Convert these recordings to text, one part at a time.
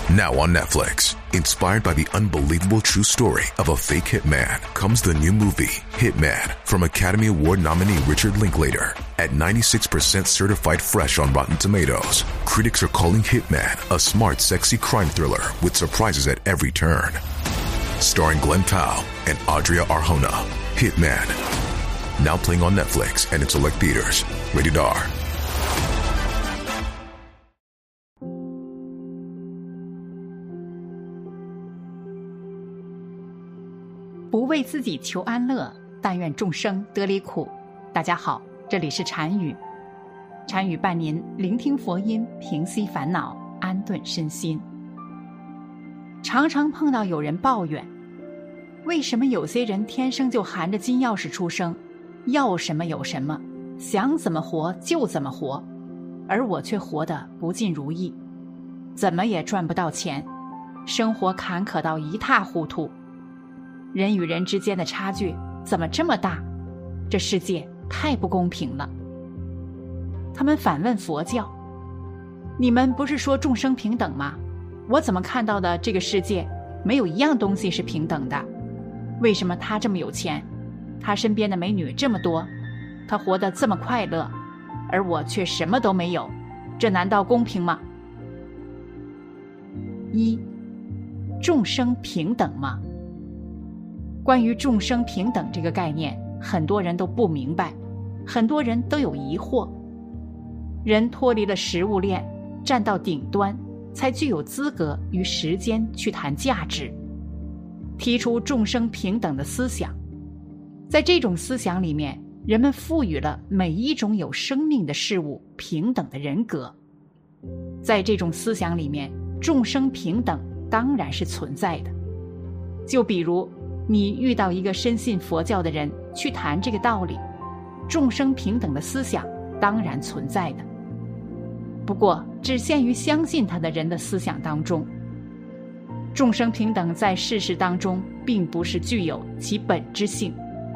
Now on Netflix, inspired by the unbelievable true story of a fake hitman, comes the new movie, Hitman, from Academy Award nominee Richard Linklater. At 96% certified fresh on Rotten Tomatoes, critics are calling Hitman a smart, sexy crime thriller with surprises at every turn. Starring Glenn Powell and Adria Arjona, Hitman. Now playing on Netflix and in select theaters. Rated R. 不为自己求安乐，但愿众生得离苦。大家好，这里是禅语，禅语伴您聆听佛音，平息烦恼，安顿身心。常常碰到有人抱怨，为什么有些人天生就含着金钥匙出生，要什么有什么，想怎么活就怎么活，而我却活得不尽如意，怎么也赚不到钱，生活坎坷到一塌糊涂。人与人之间的差距怎么这么大？这世界太不公平了。他们反问佛教，你们不是说众生平等吗？我怎么看到的这个世界没有一样东西是平等的？为什么他这么有钱，他身边的美女这么多，他活得这么快乐，而我却什么都没有？这难道公平吗？一，众生平等吗？关于众生平等这个概念，很多人都不明白，很多人都有疑惑。人脱离了食物链，站到顶端，才具有资格与时间去谈价值，提出众生平等的思想。在这种思想里面，人们赋予了每一种有生命的事物平等的人格。在这种思想里面，众生平等当然是存在的。就比如你遇到一个深信佛教的人去谈这个道理，众生平等的思想当然存在的，不过只限于相信他的人的思想当中。众生平等在事实当中并不是具有其本质性，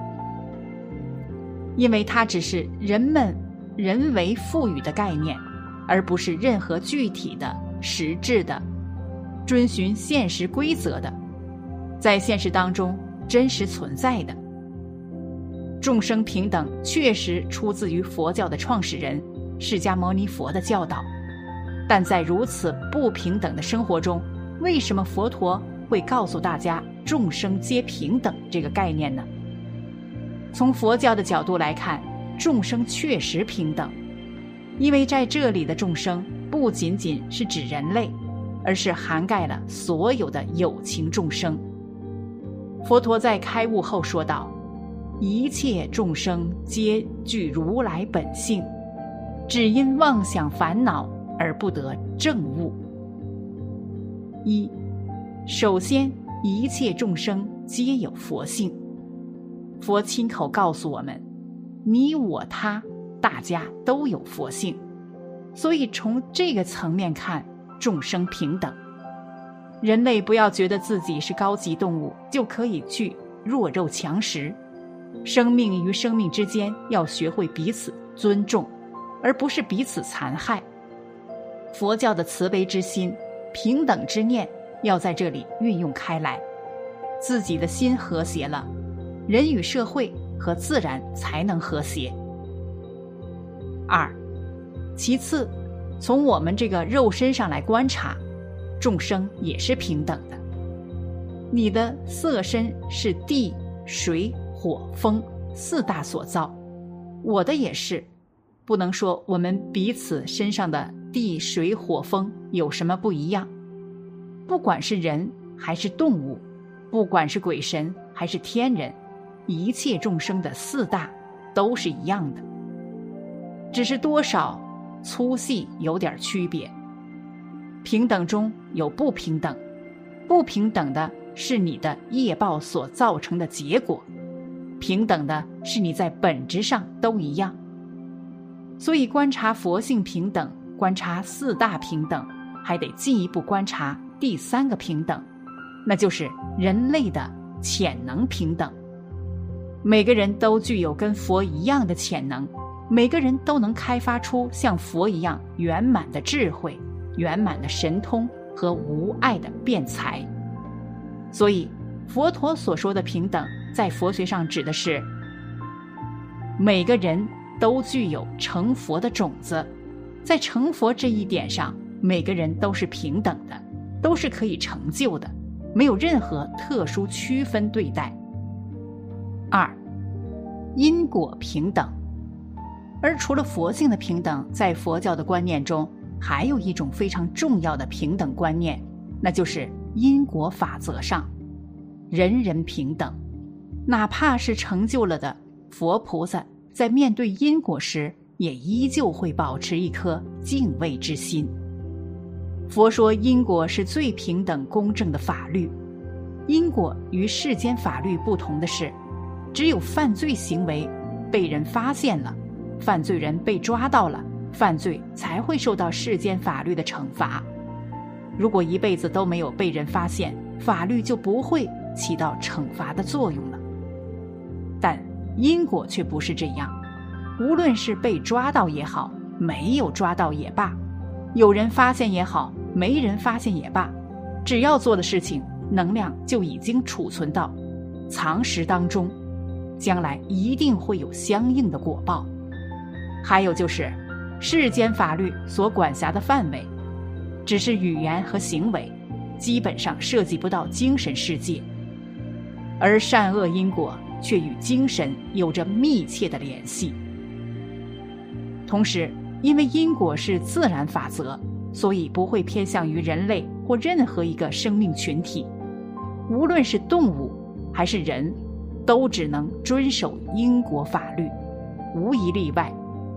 因为它只是人为赋予的概念，而不是任何具体的实质的遵循现实规则的，在现实当中真实存在的。众生平等确实出自于佛教的创始人释迦牟尼佛的教导，但在如此不平等的生活中，为什么佛陀会告诉大家众生皆平等这个概念呢？从佛教的角度来看，众生确实平等，因为在这里的众生不仅仅是指人类，而是涵盖了所有的有情众生。佛陀在开悟后说道，一切众生皆具如来本性，只因妄想烦恼而不得正悟。一，首先一切众生皆有佛性。佛亲口告诉我们，你我他大家都有佛性，所以从这个层面看，众生平等。人类不要觉得自己是高级动物就可以去弱肉强食，生命与生命之间要学会彼此尊重，而不是彼此残害。佛教的慈悲之心、平等之念要在这里运用开来，自己的心和谐了，人与社会和自然才能和谐。二，其次，从我们这个肉身上来观察，众生也是平等的。你的色身是地、水、火、风四大所造，我的也是，不能说我们彼此身上的地、水、火、风有什么不一样。不管是人还是动物，不管是鬼神还是天人，一切众生的四大都是一样的，只是多少粗细有点区别。平等中有不平等，不平等的是你的业报所造成的结果，平等的是你在本质上都一样。所以观察佛性平等，观察四大平等，还得进一步观察第三个平等，那就是人类的潜能平等。每个人都具有跟佛一样的潜能，每个人都能开发出像佛一样圆满的智慧、圆满的神通、 和无碍的辩才。所以佛陀所说的平等，在佛学上指的是每个人都具有成佛的种子，在成佛这一点上，每个人都是平等的，都是可以成就的，没有任何特殊区分对待。2. 因果平等。而除了佛性的平等，在佛教的观念中，还有一种非常重要的平等观念，那就是因果法则上，人人平等。哪怕是成就了的佛菩萨，在面对因果时，也依旧会保持一颗敬畏之心。佛说因果是最平等公正的法律。因果与世间法律不同的是，只有犯罪行为被人发现了，犯罪人被抓到了，犯罪才会受到世间法律的惩罚。如果一辈子都没有被人发现，法律就不会起到惩罚的作用了。但因果却不是这样，无论是被抓到也好，没有抓到也罢，有人发现也好，没人发现也罢，只要做的事情，能量就已经储存到藏识当中，将来一定会有相应的果报。还有就是世间法律所管辖的范围只是语言和行为，基本上涉及不到精神世界，而善恶因果却与精神有着密切的联系。同时，因为因果是自然法则，所以不会偏向于人类或任何一个生命群体，无论是动物还是人，都只能遵守因果法律，无一例外。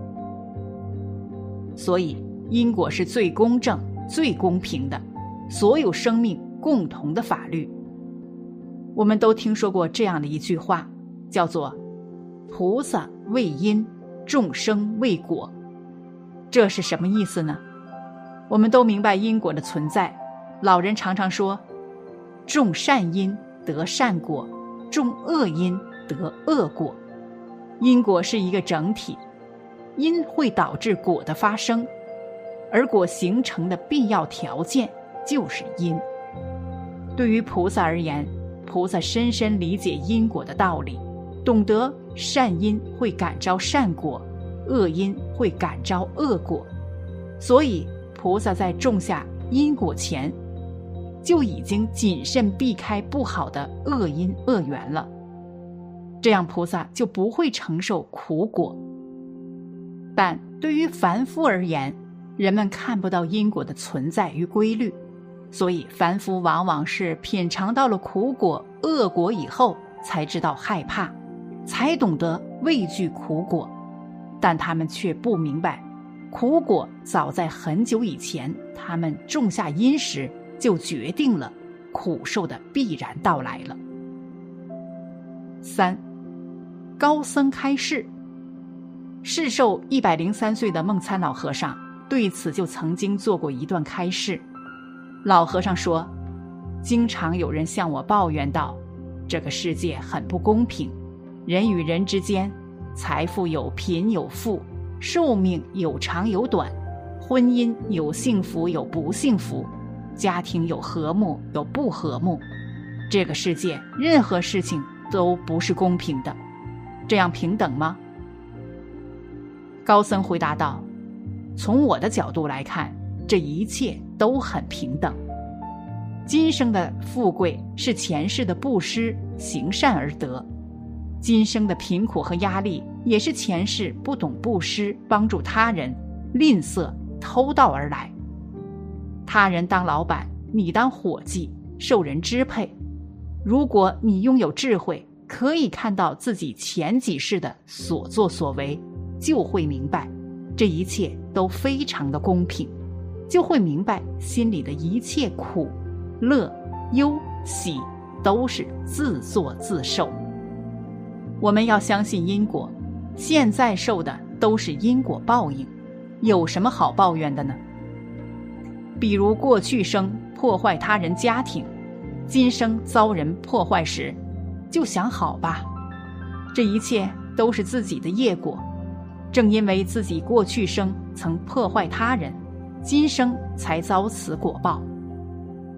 所以因果是最公正、最公平的，所有生命共同的法律。我们都听说过这样的一句话，叫做菩萨为因，众生为果。这是什么意思呢？我们都明白因果的存在，老人常常说，种善因得善果，种恶因得恶果。因果是一个整体，因会导致果的发生，而果形成的必要条件就是因。对于菩萨而言，菩萨深深理解因果的道理，懂得善因会感召善果，恶因会感召恶果，所以菩萨在种下因果前，就已经谨慎避开不好的恶因恶缘了，这样菩萨就不会承受苦果。但对于凡夫而言，人们看不到因果的存在与规律，所以凡夫往往是品尝到了苦果、恶果以后，才知道害怕，才懂得畏惧苦果。但他们却不明白，苦果早在很久以前，他们种下因时，就决定了苦受的必然到来了。3. 高僧开示。世寿103岁的梦参老和尚对此就曾经做过一段开示。老和尚说，经常有人向我抱怨道，这个世界很不公平，人与人之间，财富有贫有富，寿命有长有短，婚姻有幸福有不幸福，家庭有和睦有不和睦，这个世界任何事情都不是公平的，这样平等吗？高僧回答道，从我的角度来看，这一切都很平等。今生的富贵是前世的布施行善而得，今生的贫苦和压力也是前世不懂布施帮助他人、吝啬偷盗而来。他人当老板，你当伙计，受人支配。如果你拥有智慧，可以看到自己前几世的所作所为，就会明白这一切都非常的公平，就会明白心里的一切苦、乐、忧、喜都是自作自受。我们要相信因果，现在受的都是因果报应，有什么好抱怨的呢？比如过去生破坏他人家庭，今生遭人破坏时，就想好吧，这一切都是自己的业果，正因为自己过去生曾破坏他人，今生才遭此果报，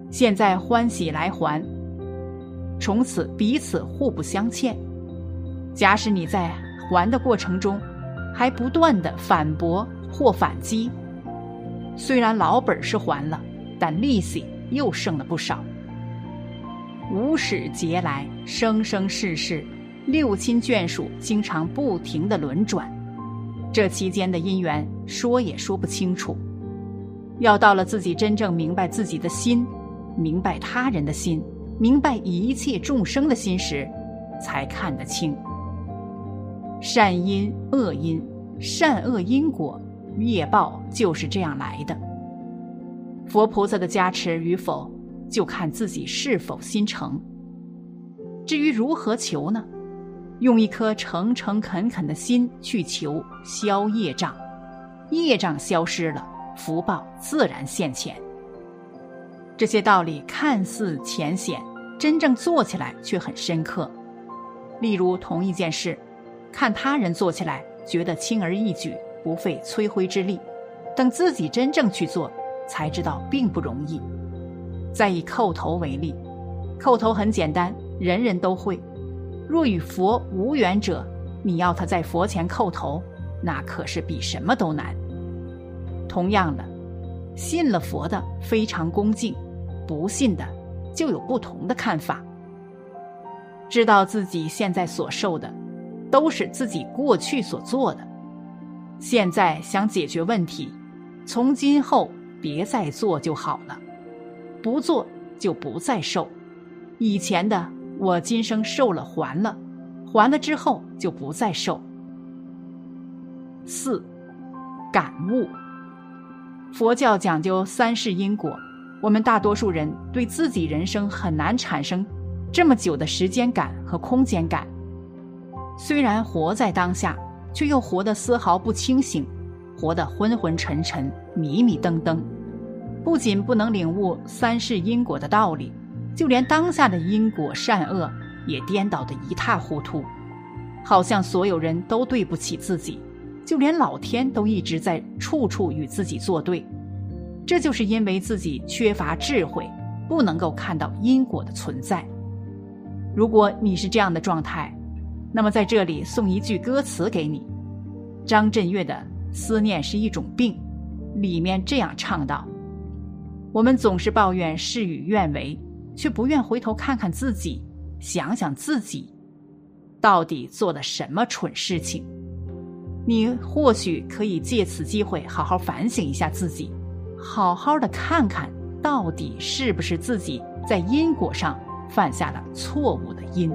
现在欢喜来还，从此彼此互不相欠。假使你在还的过程中还不断的反驳或反击，虽然老本是还了，但利息又剩了不少。无始劫来，生生世世，六亲眷属经常不停地轮转，这期间的因缘说也说不清楚。要到了自己真正明白自己的心，明白他人的心，明白一切众生的心时，才看得清。善因恶因，善恶因果，业报就是这样来的。佛菩萨的加持与否，就看自己是否心诚。至于如何求呢？用一颗诚诚恳恳的心去求消业障，业障消失了，福报自然现前。这些道理看似浅显，真正做起来却很深刻。例如同一件事，看他人做起来觉得轻而易举，不费吹灰之力，等自己真正去做，才知道并不容易。再以叩头为例，叩头很简单，人人都会。若与佛无缘者，你要他在佛前叩头，那可是比什么都难。同样的，信了佛的非常恭敬，不信的就有不同的看法。知道自己现在所受的都是自己过去所做的，现在想解决问题，从今后别再做就好了，不做就不再受。以前的我今生受了还了，还了之后就不再受。4. 感悟。佛教讲究三世因果，我们大多数人对自己人生很难产生这么久的时间感和空间感。虽然活在当下，却又活得丝毫不清醒，活得昏昏沉沉，迷迷瞪瞪。不仅不能领悟三世因果的道理，就连当下的因果善恶也颠倒得一塌糊涂，好像所有人都对不起自己，就连老天都一直在处处与自己作对。这就是因为自己缺乏智慧，不能够看到因果的存在。如果你是这样的状态，那么在这里送一句歌词给你，张震岳的《思念是一种病》里面这样唱道：我们总是抱怨事与愿违，却不愿回头看看自己，想想自己到底做了什么蠢事情。你或许可以借此机会好好反省一下自己，好好的看看到底是不是自己在因果上犯下了错误的因。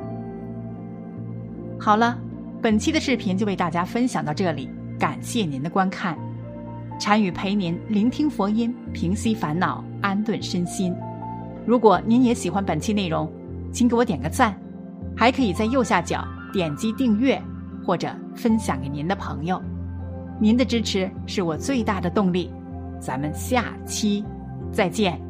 好了，本期的视频就为大家分享到这里，感谢您的观看。禅语陪您聆听佛音，平息烦恼，安顿身心。如果您也喜欢本期内容，请给我点个赞，还可以在右下角点击订阅或者分享给您的朋友。您的支持是我最大的动力。咱们下期再见。